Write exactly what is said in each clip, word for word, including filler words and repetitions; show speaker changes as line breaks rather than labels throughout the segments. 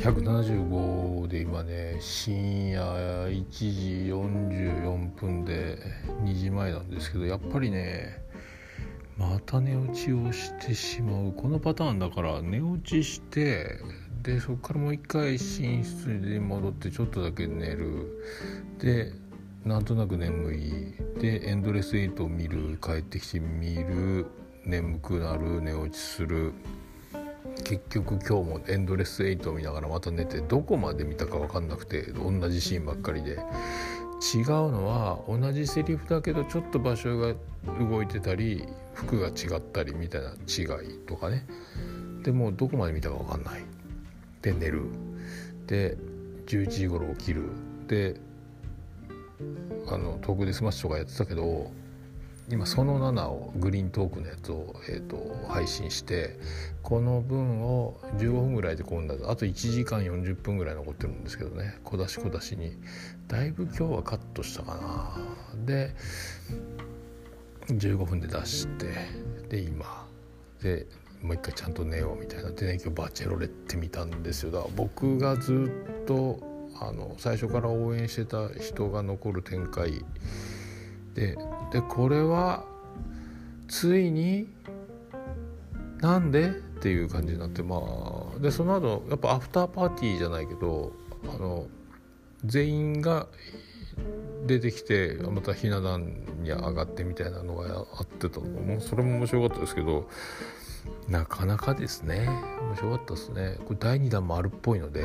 ひゃくななじゅうごで今ね深夜いちじよんじゅうよんぷんでにじまえなんですけど、やっぱりねまた寝落ちをしてしまう。このパターンだから、寝落ちしてでそこからもう一回寝室に戻ってちょっとだけ寝る、でなんとなく眠いでエンドレスエイトを見る、帰ってきて見る、眠くなる、寝落ちする。結局今日もエンドレスエイトを見ながらまた寝て、どこまで見たか分かんなくて同じシーンばっかりで、違うのは同じセリフだけどちょっと場所が動いてたり服が違ったりみたいな違いとかね。でもうどこまで見たか分かんないで寝る、でじゅういちじ頃起きる、であのトークデスマッシュとかやってたけど、今そのななをグリーントークのやつを、えー、と配信して、この分をじゅうごふんぐらいでこんなあといちじかんよんじゅっぷんぐらい残ってるんですけどね、小出し小出しにだいぶ今日はカットしたかな。でじゅうごふんで出して、で今でもう一回ちゃんと寝ようみたいな。でね、今日バチェロレッテ見たんですよ。だから僕がずっとあの最初から応援してた人が残る展開で、でこれはついになんでっていう感じになって、まあでその後やっぱアフターパーティーじゃないけど、あの全員が出てきてまたひな壇に上がってみたいなのがあってたのも、それも面白かったですけど、なかなかですね面白かったですね。これだいにだんもあるっぽいので、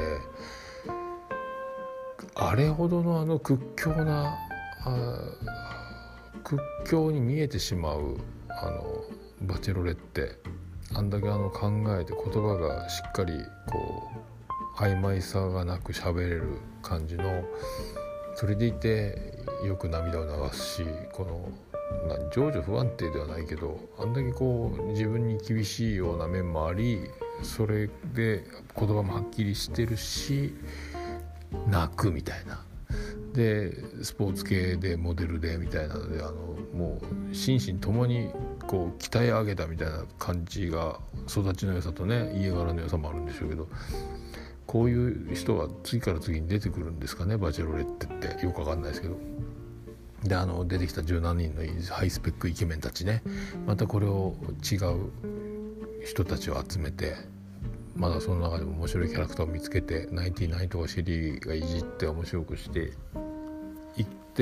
あれほどのあの屈強なあ屈強に見えてしまうあのバチェロレッテ、あんだけあの考えて言葉がしっかりこう曖昧さがなく喋れる感じの、それでいてよく涙を流すし、この情緒不安定ではないけど、あんだけこう自分に厳しいような面もあり、それで言葉もはっきりしてるし泣くみたいな、でスポーツ系でモデルでみたいなので、あのもう心身ともにこう鍛え上げたみたいな感じが、育ちの良さとね家柄の良さもあるんでしょうけど、こういう人が次から次に出てくるんですかね、バチェロレッテってよくわかんないですけど。であの出てきたじゅうなんにんのハイスペックイケメンたちね、またこれを違う人たちを集めて、まだその中でも面白いキャラクターを見つけて、ナインティナインとかシェリーがいじって面白くしていって、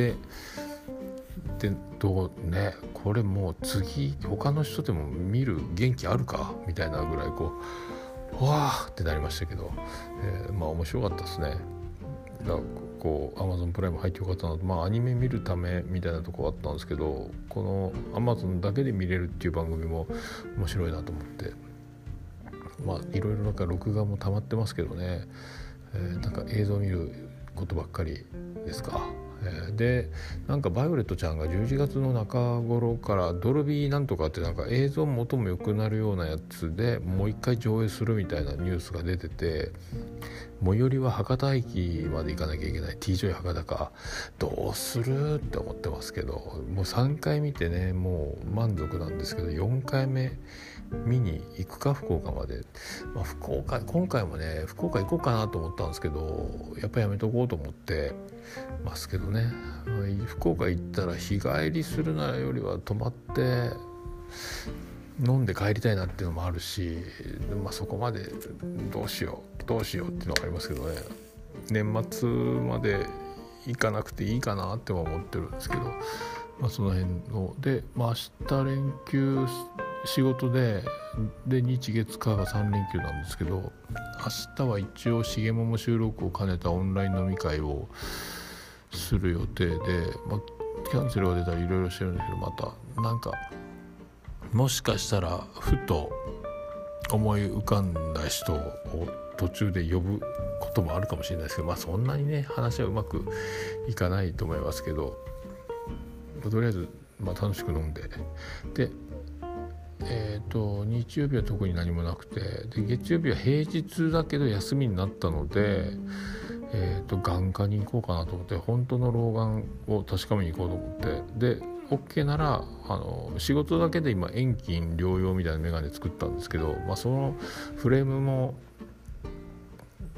でどうね、これもう次他の人でも見る元気あるかみたいなぐらいこうわーってなりましたけど、えー、まあ面白かったですね。だからこう Amazon プライム入ってよかったなと、まあアニメ見るためみたいなとこあったんですけど、この Amazon だけで見れるっていう番組も面白いなと思って、まあいろいろなんか録画も溜まってますけどね、えー、なんか映像見ることばっかりですか。えー、でなんかバイオレットちゃんがじゅういちがつの中頃からドルビーなんとかってなんか映像も音も良くなるようなやつでもう一回上映するみたいなニュースが出てて、最寄りは博多駅まで行かなきゃいけない T ジョイ博多か、どうするって思ってますけど、もうさんかい見てねもう満足なんですけど、よんかいめ見に行くか福岡まで、まあ、福岡今回もね福岡行こうかなと思ったんですけど、やっぱりやめとこうと思ってますけどね。福岡行ったら日帰りするならよりは泊まって飲んで帰りたいなっていうのもあるし、まあ、そこまでどうしようどうしようっていうのがありますけどね、年末まで行かなくていいかなっては思ってるんですけど、まあ、その辺ので、まあ、明日連休仕事でで日月火がさんれんきゅうなんですけど、明日は一応しげもも収録を兼ねたオンライン飲み会をする予定で、まあ、キャンセルが出たりいろいろしてるんですけど、またなんかもしかしたらふと思い浮かんだ人を途中で呼ぶこともあるかもしれないですけど、まあそんなにね話はうまくいかないと思いますけど、とりあえずまあ楽しく飲んで、でえーと日曜日は特に何もなくて、で月曜日は平日だけど休みになったので、えーと眼科に行こうかなと思って、本当の老眼を確かめに行こうと思って、で OK ならあの仕事だけで今遠近療養みたいなメガネ作ったんですけど、まあ、そのフレームも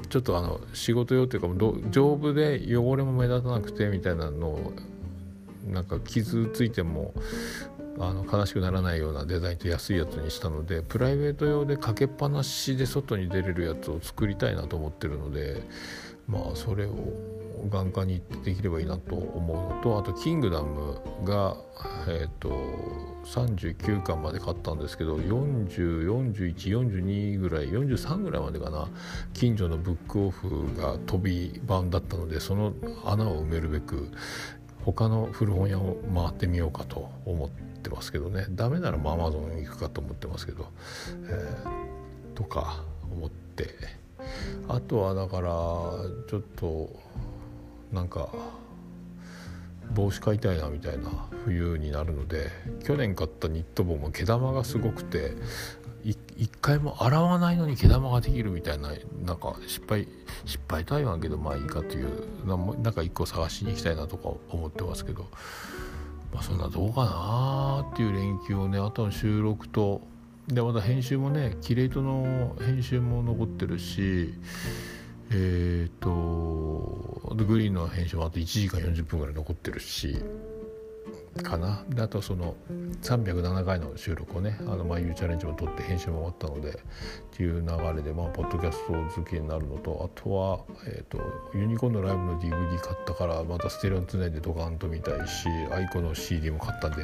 ちょっとあの仕事用というかど丈夫で汚れも目立たなくてみたいなのをなんか傷ついてもあの悲しくならないようなデザインと安いやつにしたので、プライベート用でかけっぱなしで外に出れるやつを作りたいなと思ってるので、まあそれを眼科にできればいいなと思うのと、あとキングダムが、えー、とさんじゅうきゅうかんまで買ったんですけど、よんじゅう、よんじゅういち、よんじゅうにぐらい、よんじゅうさんぐらいまでかな、近所のブックオフが飛び版だったので、その穴を埋めるべく他の古本屋を回ってみようかと思ってますけどね。ダメならアマゾン行くかと思ってますけど、えー、とか思って、あとはだからちょっとなんか帽子買いたいなみたいな冬になるので、去年買ったニット帽も毛玉がすごくて、い一回も洗わないのに毛玉ができるみたいな、なんか失敗失敗とは言わんけどまあいいかという、なんか一個探しに行きたいなとか思ってますけど、まあそんなどうかなっていう連休をね、あとの収録とでまた編集もね、キレイトの編集も残ってるし、えーとグリーンの編集もあといちじかんよんじゅっぷんぐらい残ってるしかな。であとそのさんびゃくななかいの収録をね、あのマイユーチャレンジも撮って編集も終わったのでっていう流れで、まあポッドキャスト付けになるのと、あとは、えーとユニコーンのライブの ディーブイディー 買ったからまたステレオにつないでドカンと見たいし、アイコの シーディー も買ったんで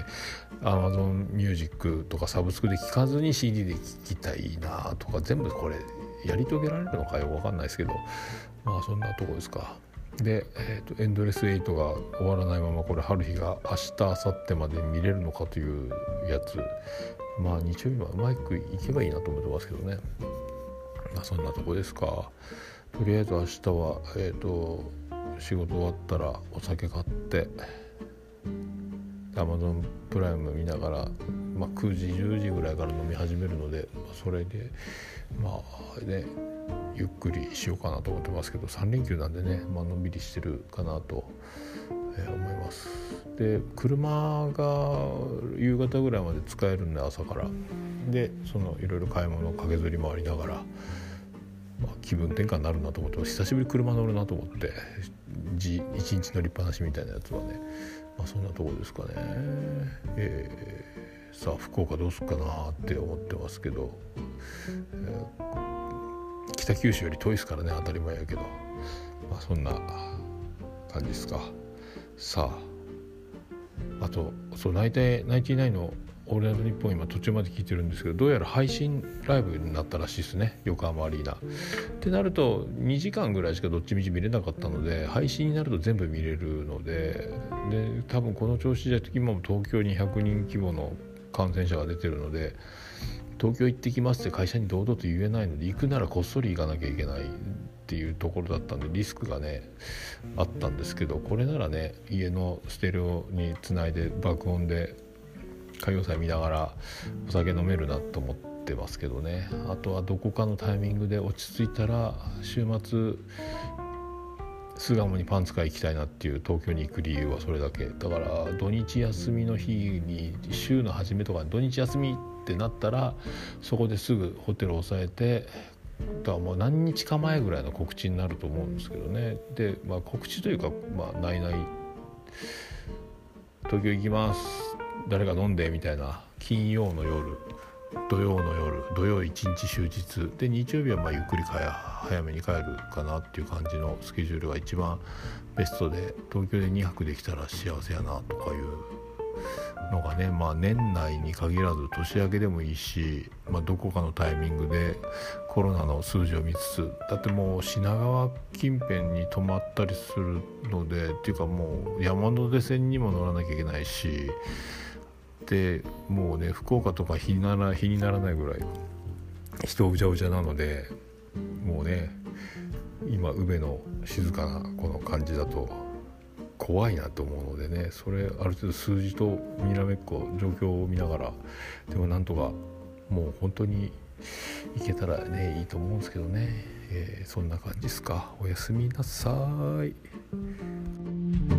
Amazon ミュージックとかサブスクで聴かずに シーディー で聴きたいなとか、全部これやり遂げられるのかよく分かんないですけど、まあそんなとこですか。で、えーと、エンドレスエイトが終わらないままこれ春日が明日明後日まで見れるのかというやつ、まあ日曜日はうまくいけばいいなと思ってますけどね。まあそんなとこですか。とりあえず明日は、えーと、仕事終わったらお酒買ってAmazon プライム見ながら、まあ、くじじゅうじぐらいから飲み始めるので、それでまあねゆっくりしようかなと思ってますけど、さん連休なんでね、まあのんびりしてるかなと、えー、思います。で車が夕方ぐらいまで使えるんで朝から、でそのいろいろ買い物駆けずり回りながら、まあ、気分転換になるなと思ってます。久しぶり車乗るなと思ってじ一日乗りっぱなしみたいなやつはね、まあ、そんなところですかね。えー、さあ福岡どうすっかなって思ってますけど、えー北九州より遠いですからね、当たり前やけど、まあそんな感じですか。さああとそうナインティナインのオールナイトニッポン今途中まで聞いてるんですけど、どうやら配信ライブになったらしいですね、横浜アリーナってなるとにじかんぐらいしかどっちみち見れなかったので、配信になると全部見れるので、で多分この調子じゃ今も東京にひゃくにん規模の感染者が出てるので、東京行ってきますって会社に堂々と言えないので、行くならこっそり行かなきゃいけないっていうところだったんでリスクがねあったんですけど、これならね家のステレオにつないで爆音で歌謡祭見ながらお酒飲めるなと思ってますけどね。あとはどこかのタイミングで落ち着いたら週末巣鴨にパンツ買い行きたいなっていう、東京に行く理由はそれだけだから、土日休みの日に週の初めとか土日休みってなったらそこですぐホテルを押さえて、だからもう何日か前ぐらいの告知になると思うんですけどね。で、まあ、告知というか、まあ、ないない東京行きます誰か飲んでみたいな、金曜の夜土曜の夜、土曜一日終日で、日曜日はまあゆっくりかや早めに帰るかなっていう感じのスケジュールが一番ベストで、東京でにはくできたら幸せやなとかいうのがね、まあ年内に限らず年明けでもいいし、まあ、どこかのタイミングでコロナの数字を見つつ、だってもう品川近辺に泊まったりするので、っていうかもう山手線にも乗らなきゃいけないし、でもうね福岡とか日になら、日にならないぐらい人うじゃうじゃなので、もうね今宇部の静かなこの感じだと怖いなと思うのでね、それある程度数字とにらめっこ状況を見ながら、でもなんとかもう本当にいけたらねいいと思うんですけどね、えー、そんな感じですか。おやすみなさい。